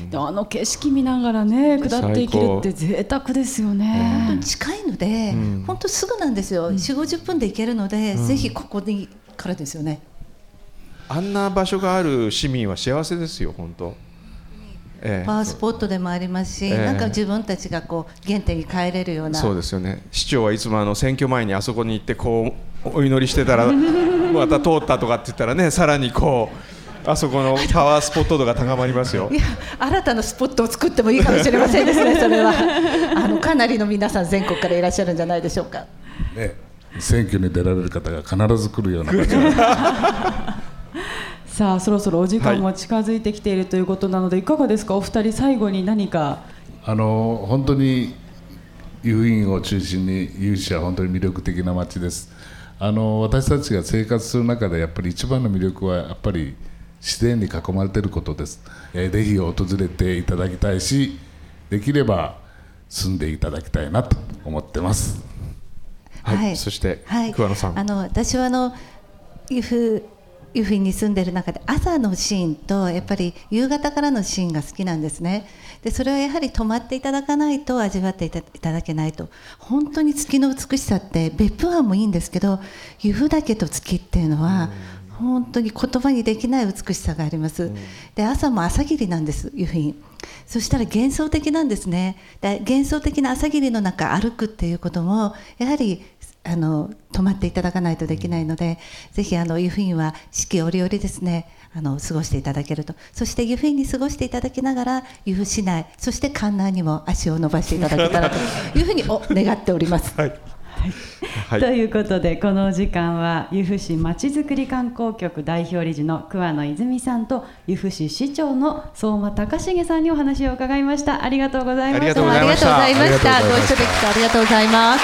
であの景色見ながらね下っていけるって贅沢ですよね。 本当に近いので、うん、本当すぐなんですよ。よんじゅうごじゅっぷんで行けるので、うん、ぜひここにからですよね。 あんな場所がある市民は幸せですよ本当、 ええ、パワースポットでもありますし、ええ、なんか自分たちがこう原点に帰れるような。 そうですよね。市長はいつもあの選挙前にあそこに行ってこうお祈りしてたらまた通ったとかって言ったらね、さらにこうあそこのパワースポット度が高まりますよ。 いや新たなスポットを作ってもいいかもしれませんですねそれはあのかなりの皆さん全国からいらっしゃるんじゃないでしょうか、 ね、選挙に出られる方が必ず来るような感じさあそろそろお時間も近づいてきているということなので、はい、いかがですかお二人。最後に何か。 あの本当に湯布院を中心に由布市は本当に魅力的な街です。あの私たちが生活する中でやっぱり一番の魅力はやっぱり自然に囲まれていることです。えー、ぜひ訪れていただきたいし、できれば住んでいただきたいなと思ってます。 はいはい、そして、はい、桑野さん。 あの私はあの湯布湯布院に住んでいる中で朝のシーンとやっぱり夕方からのシーンが好きなんですね。でそれはやはり泊まっていただかないと味わっていただけないと。本当に月の美しさって別府湾もいいんですけど、湯布岳と月っていうのは本当に言葉にできない美しさがあります。で朝も朝霧なんです湯布院。そしたら幻想的なんですね。で幻想的な朝霧の中歩くっていうこともやはりあの泊まっていただかないとできないので、ぜひあの湯布院は四季折々ですねあの過ごしていただけると。そして湯布院に過ごしていただきながら湯布市内、そして関南にも足を伸ばしていただけたらというふうにお願っております。はいはい、ということでこのお時間は由布市まちづくり観光局代表理事の桑野泉さんと由布市市長の相馬貴重さんにお話を伺いました。ありがとうございました。ありがとうございました。 ご一緒できてありがとうございます。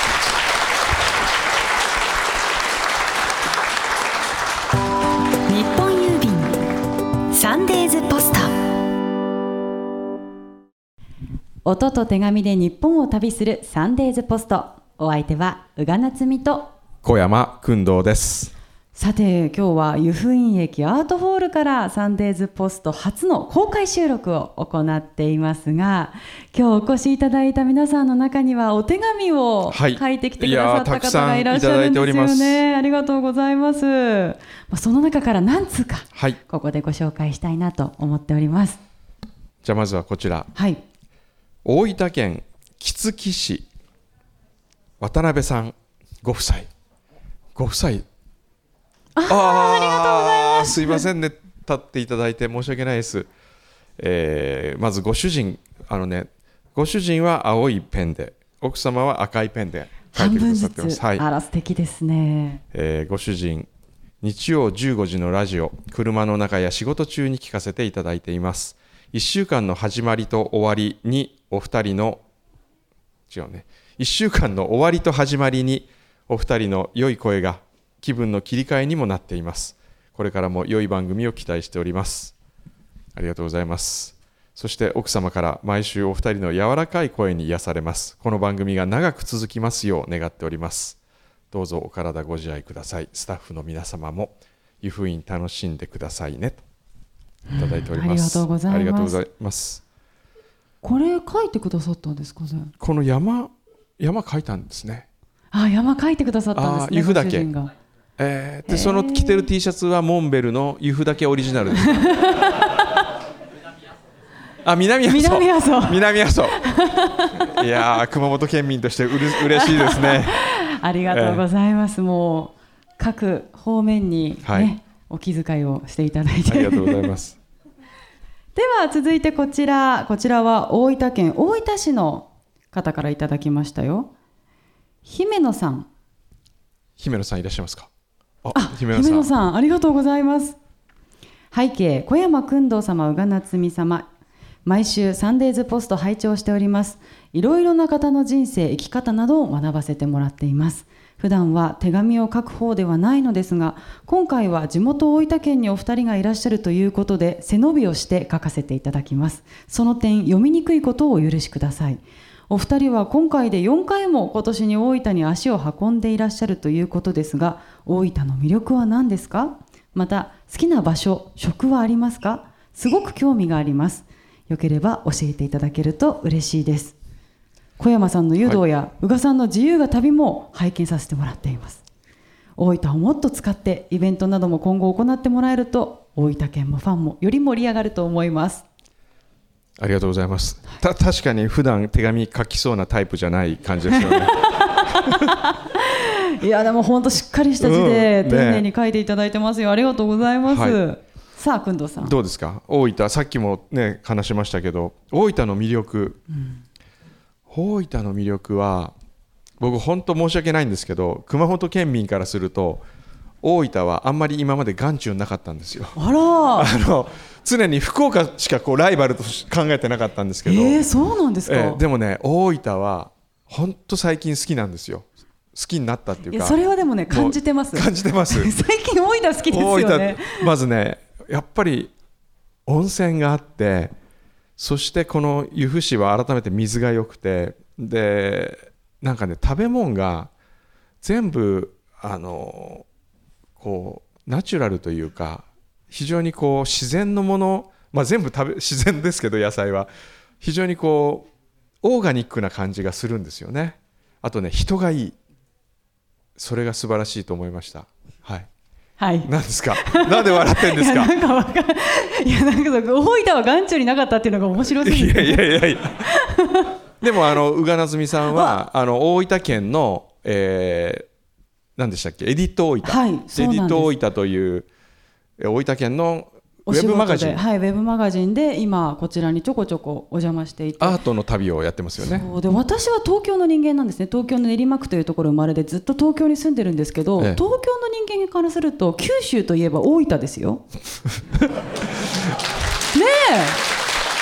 サンデーズポスト。 音と手紙で日本を旅するサンデーズポスト。お相手は宇賀なつみと小山薫堂です。 さて今日は湯布院駅アートホールからサンデーズポスト初の公開収録を行っていますが、今日お越しいただいた皆さんの中にはお手紙を書いてきてくださった方がいらっしゃるんですよね。ありがとうございます。その中から何通か、はい、ここでご紹介したいなと思っております。 じゃあまずはこちら、 はい、 大分県杵築市渡辺さんご夫妻ご夫妻ああ、ありがとうございます。 すいませんね、立っていただいて申し訳ないです。えー、まずご主人、あのね、ご主人は青いペンで奥様は赤いペンで書いてくださってます。はい、 あら素敵ですね。 えー、ご主人、日曜じゅうごじのラジオ、車の中や仕事中に聞かせていただいています。いっしゅうかんの始まりと終わりにお二人の違うねいっしゅうかんの終わりと始まりにお二人の良い声が気分の切り替えにもなっています。これからも良い番組を期待しております。ありがとうございます。そして奥様から毎週お二人の柔らかい声に癒されます。この番組が長く続きますよう願っております。どうぞお体ご自愛ください。スタッフの皆様も湯布院楽しんでくださいねといただいております。 ありがとうございます。 ありがとうございます。 これ書いてくださったんですかね。 この山山書いたんですね。 あ、山書いてくださったんですね。 湯布岳。えー、でその着てる T シャツはモンベルの湯布岳オリジナルです。あ、南阿蘇。 南阿蘇。 南阿蘇。いやー、熊本県民としてうれ嬉しいですね。 ありがとうございます。えー、もう各方面に、ね、はい、お気遣いをしていただいて。 ありがとうございます。 では続いてこちら、こちらは大分県大分市の方からいただきましたよ。姫野さん。 姫野さんいらっしゃいますか。 あ、あ、姫野さん、姫野さんありがとうございます。背景、小山君堂様、宇賀夏美様、毎週サンデーズポスト拝聴しております。いろいろな方の人生、生き方などを学ばせてもらっています。普段は手紙を書く方ではないのですが、今回は地元大分県にお二人がいらっしゃるということで背伸びをして書かせていただきます。その点、読みにくいことをお許しください。お二人は今回でよんかいも今年に大分に足を運んでいらっしゃるということですが、大分の魅力は何ですか？また好きな場所、食はありますか？すごく興味があります。よければ教えていただけると嬉しいです。小山さんの湯道や、はい、宇賀さんの自由が旅も拝見させてもらっています。大分をもっと使ってイベントなども今後行ってもらえると、大分県もファンもより盛り上がると思います。 ありがとうございます。た確かに普段手紙書きそうなタイプじゃない感じですよね。 いやでも本当しっかりした字で丁寧に書いていただいてますよ。ありがとうございます。はい、さあ、工藤さんどうですか。大分、さっきもね話しましたけど、大分の魅力、うん、大分の魅力は僕本当申し訳ないんですけど、熊本県民からすると大分はあんまり今まで眼中なかったんですよ。 あらあの常に福岡しかこうライバルと考えてなかったんですけど、 えー、そうなんですか。 えー、でもね、大分は本当最近好きなんですよ。好きになったっていうか。 それはでもね感じてます。 感じてます最近大分好きですよね。 まずね、やっぱり温泉があって、そしてこの由布市は改めて水が良くて、でなんかね、食べ物が全部あのこうナチュラルというか、非常にこう自然のもの、まあ、全部食べ自然ですけど、野菜は非常にこうオーガニックな感じがするんですよね。あとね、人がいい、それが素晴らしいと思いました。はい、 はい、 何ですか。なんで笑ってんですか。いや、なんかわかいや、なんか大分は眼中になかったっていうのが面白すぎて。 いやいやいやでもあの宇賀なずみさんはあの大分県の、えー、何でしたっけ、エディット大分、 はい、 エディット大分という大分県のウェブマガジン、 はい、ウェブマガジンで今こちらにちょこちょこお邪魔していて、 アートの旅をやってますよね。 そうで、私は東京の人間なんですね。東京の練馬区というところ生まれでずっと東京に住んでるんですけど、ええ、東京の人間からすると九州といえば大分ですよ。ねえ、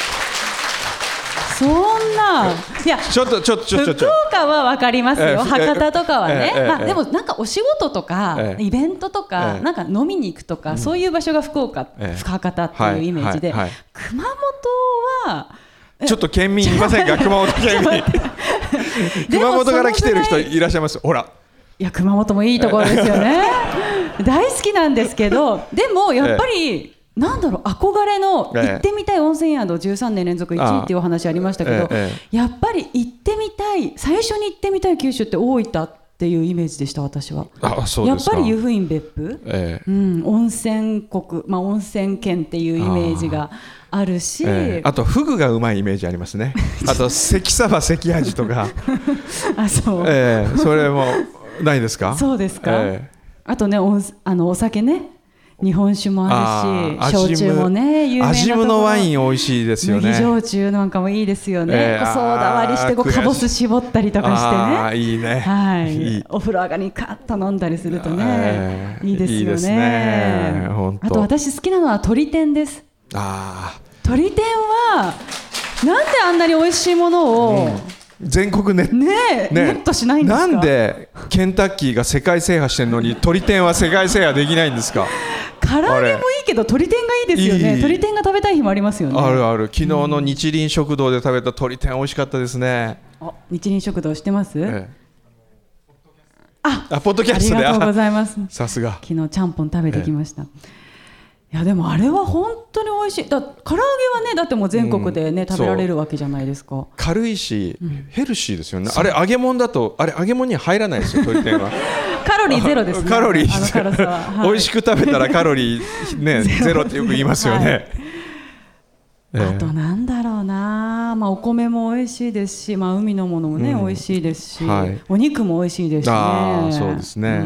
そんな、いや、 ちょっとちょっとちょっと福岡は分かりますよ、えー、博多とかはね、 えーまあ、でもなんかお仕事とか、えー、イベントとか、えー、なんか飲みに行くとか、うん、そういう場所が福岡、えー、博多っていうイメージで、はいはいはい、熊本はちょっと県民いませんか。熊本県民熊本から来てる人いらっしゃいます。ほら、 いや、熊本もいいところですよね。大好きなんですけど、でもやっぱり、えーなんだろう、憧れの行ってみたい温泉宿じゅうさんねん連続いちいっていうお話ありましたけど、ええ、やっぱり行ってみたい、最初に行ってみたい九州って大分っていうイメージでした、私は。 あ、そうですか。 やっぱり湯布院別府、ええ、うん、温泉国、まあ、温泉県っていうイメージがあるし、あ,、ええ、 あとフグがうまいイメージありますね。あと関サバ関アジとかあ、そう、 ええ、それもないですか。 そうですか、ええ、あとね、お、あのお酒ね、 日本酒もあるし、焼酎もね有名なところ、 味ムのワイン美味しいですよね。 麦焼酎なんかもいいですよね、えー、ソーダ割りしてこうかぼす絞ったりとかしてね、 あいいね、 はい、 いいお風呂上がりにカッと飲んだりするとね、えー、いいですよね。いいですね。 あと私好きなのは鶏天です。 あ鶏天はなんであんなに美味しいものを、うん全国ネねえ、もっとしないんですか。 なんでケンタッキーが世界制覇してるのに鶏天は世界制覇できないんですか。 唐揚げもいいけど鶏天がいいですよね。いい鶏天が食べたい日もありますよね。 あるある。昨日の日輪食堂で食べた鶏天美味しかったですね。 あ、日輪食堂知ってます、ええ、ああポッドキャストで。 ありがとうございます。 さすが。 昨日ちゃんぽん食べてきました、ええ。いやでもあれは本当に美味しい。だ唐揚げはねだってもう全国でね、うん、食べられるわけじゃないですか。 軽いし、うん、ヘルシーですよね。あれ揚げ物だとあれ揚げ物には入らないですよ鶏天は。 カロリーゼロですね。 カロリーあの辛さは、はい、 美味しく食べたらカロリーねゼロってよく言いますよね。 はい、あとなんだろうな、まあ、お米も美味しいですし、まあ、海のものもね、うん、美味しいですし、はい、お肉も美味しいですしね。 あそうですね、うん、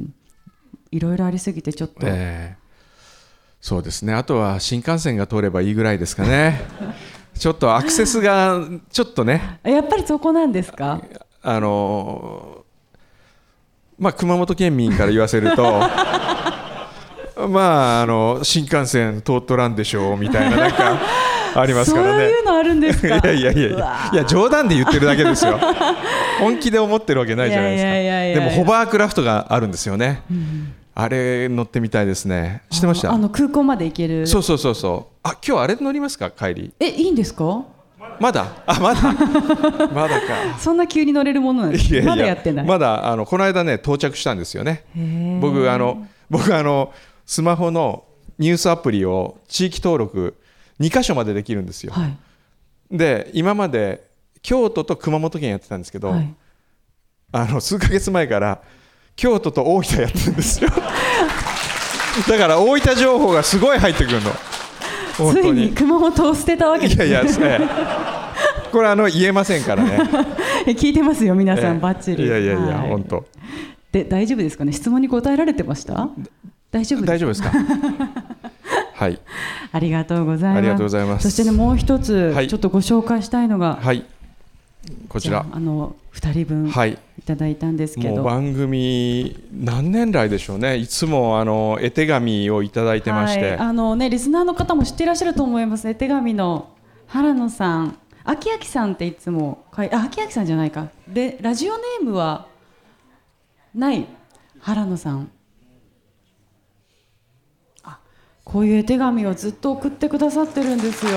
いろいろありすぎてちょっと、 えーそうですね。あとは新幹線が通ればいいぐらいですかね。ちょっとアクセスがちょっとね。 やっぱりそこなんですか。 あのまあ熊本県民から言わせるとまああの新幹線通っとらんでしょうみたいななんかありますからね。 そういうのあるんですか。 いやいやいやいやいや冗談で言ってるだけですよ。本気で思ってるわけないじゃないですか。いやいやいやいやでもホバークラフトがあるんですよね。うんあれ乗ってみたいですね。知ってました？ あの空港まで行ける。 そうそうそうそう。あ、今日あれ乗りますか帰り？ え、いいんですか？ まだ？あ、まだ。まだか。 そんな急に乗れるものなんですか？いやいやまだやってない。 まだあのこの間ね到着したんですよね。僕あの僕あのスマホのニュースアプリを地域登録にかしょまでできるんですよ。はい、で今まで京都と熊本県やってたんですけど、はい、あの数ヶ月前から京都と大分やってるんですよ。だから大分情報がすごい入ってくるの。 本当についに熊本を捨てたわけですね。いやいや、 ええ、これあの言えませんからね。 聞いてますよ皆さん、ええ、バッチリ。 いやいやいや、はい、本当。 で大丈夫ですかね。質問に答えられてました？大丈夫ですか？ 大丈夫ですか。はい。 ありがとうございます。 ありがとうございます。 そしてねもう一つ、はい、ちょっとご紹介したいのが。 はい。こちらあのふたりぶんいただいたんですけど、はい、 もう番組何年来でしょうね。いつもあの絵手紙をいただいてまして、はい、 あのねリスナーの方も知っていらっしゃると思います。絵手紙の原野さん、秋秋さんっていつもあ秋秋さんじゃないかでラジオネームはない原野さん、あこういう絵手紙をずっと送ってくださってるんですよ。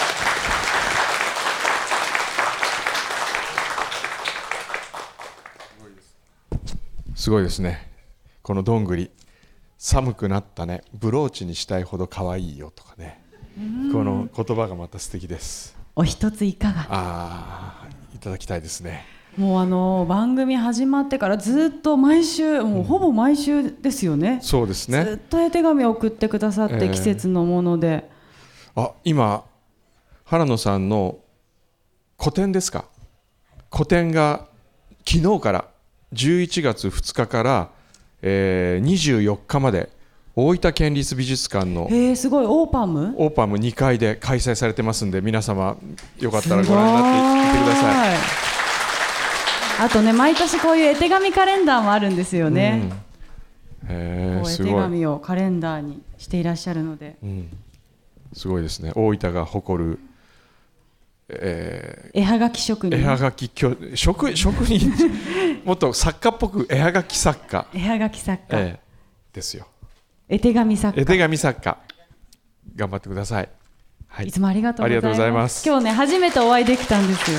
すごいですね。このどんぐり寒くなったねブローチにしたいほど可愛いよとかね、この言葉がまた素敵です。 お一ついかが？ あいただきたいですね。 もうあの番組始まってからずっと毎週もうほぼ毎週ですよね、うん、 そうですね。 ずっと絵手紙を送ってくださって、えー、季節のものであ今原野さんの個展ですか。個展が昨日からじゅういちがつふつかから、えー、にじゅうよっかまで大分県立美術館のへーすごいオーパムオーパムにかいで開催されてますんで皆様よかったらご覧になっていってください。 あとね毎年こういう絵手紙カレンダーもあるんですよね、 うん、へーすごい絵手紙をカレンダーにしていらっしゃるので、 うん、すごいですね。大分が誇るえー、絵はがき職人絵はがき職職人もっと作家っぽく絵はがき作家絵はがき作家、 えー、ですよ。 絵手紙作家絵手紙作家頑張ってください、はい、 いつもありがとうございます。今日ね初めてお会いできたんですよ。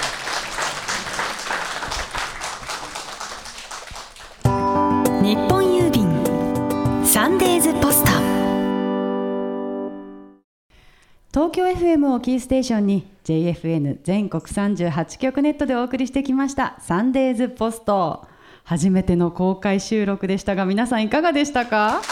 日本郵便サンデーズポスト東京 エフエム をキーステーションに ジェイエフエヌ 全国さんじゅうはちきょくネットでお送りしてきましたサンデーズポスト。初めての公開収録でしたが皆さんいかがでしたか？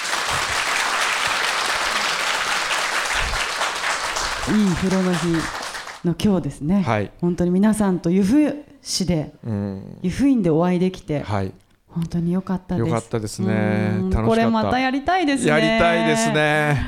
いい風呂の日の今日ですね、はい、本当に皆さんと湯布市で、うん、湯布院でお会いできて、はい、 本当に良かったです。 良かったですね。楽しかった。 これまたやりたいですね。 やりたいですね。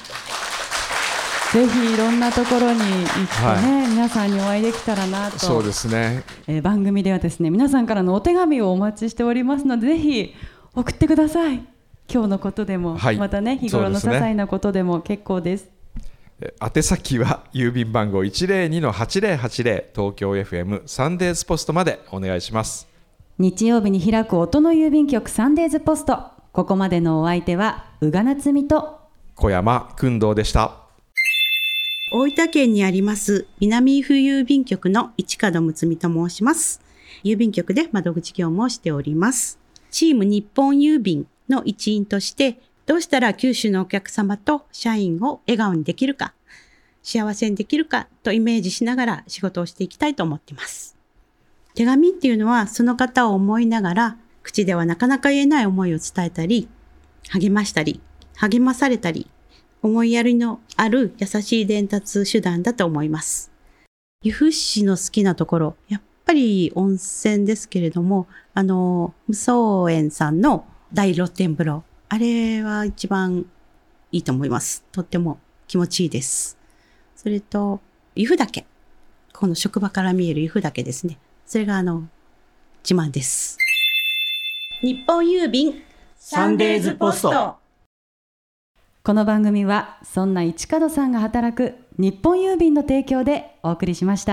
ぜひいろんなところに行ってね、はい、皆さんにお会いできたらなと。 そうですね、 えー、番組ではですね、皆さんからのお手紙をお待ちしておりますので、ぜひ送ってください。今日のことでも、はい、またね、日頃の些細なことでも結構です。 宛先は郵便番号 いちまるにのはちまるはちまる 東京 エフエム サンデーズポストまでお願いします。 日曜日に開く音の郵便局サンデーズポスト。ここまでのお相手は宇賀なつみと小山君堂でした。 大分県にあります南伊布郵便局の市門睦美と申します。郵便局で窓口業務をしております。チーム日本郵便の一員として、どうしたら九州のお客様と社員を笑顔にできるか、幸せにできるかとイメージしながら仕事をしていきたいと思っています。手紙っていうのはその方を思いながら、口ではなかなか言えない思いを伝えたり、励ましたり、励まされたり、思いやりのある優しい伝達手段だと思います。由布市の好きなところ、やっぱり温泉ですけれども、あの、無双園さんの大露天風呂、あれは一番いいと思います。とっても気持ちいいです。それと、由布岳。この職場から見える由布岳ですね。それがあの、自慢です。日本郵便サンデーズポスト。 この番組はそんな市門さんが働く日本郵便の提供でお送りしました。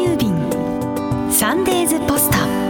日本郵便サンデーズポスト。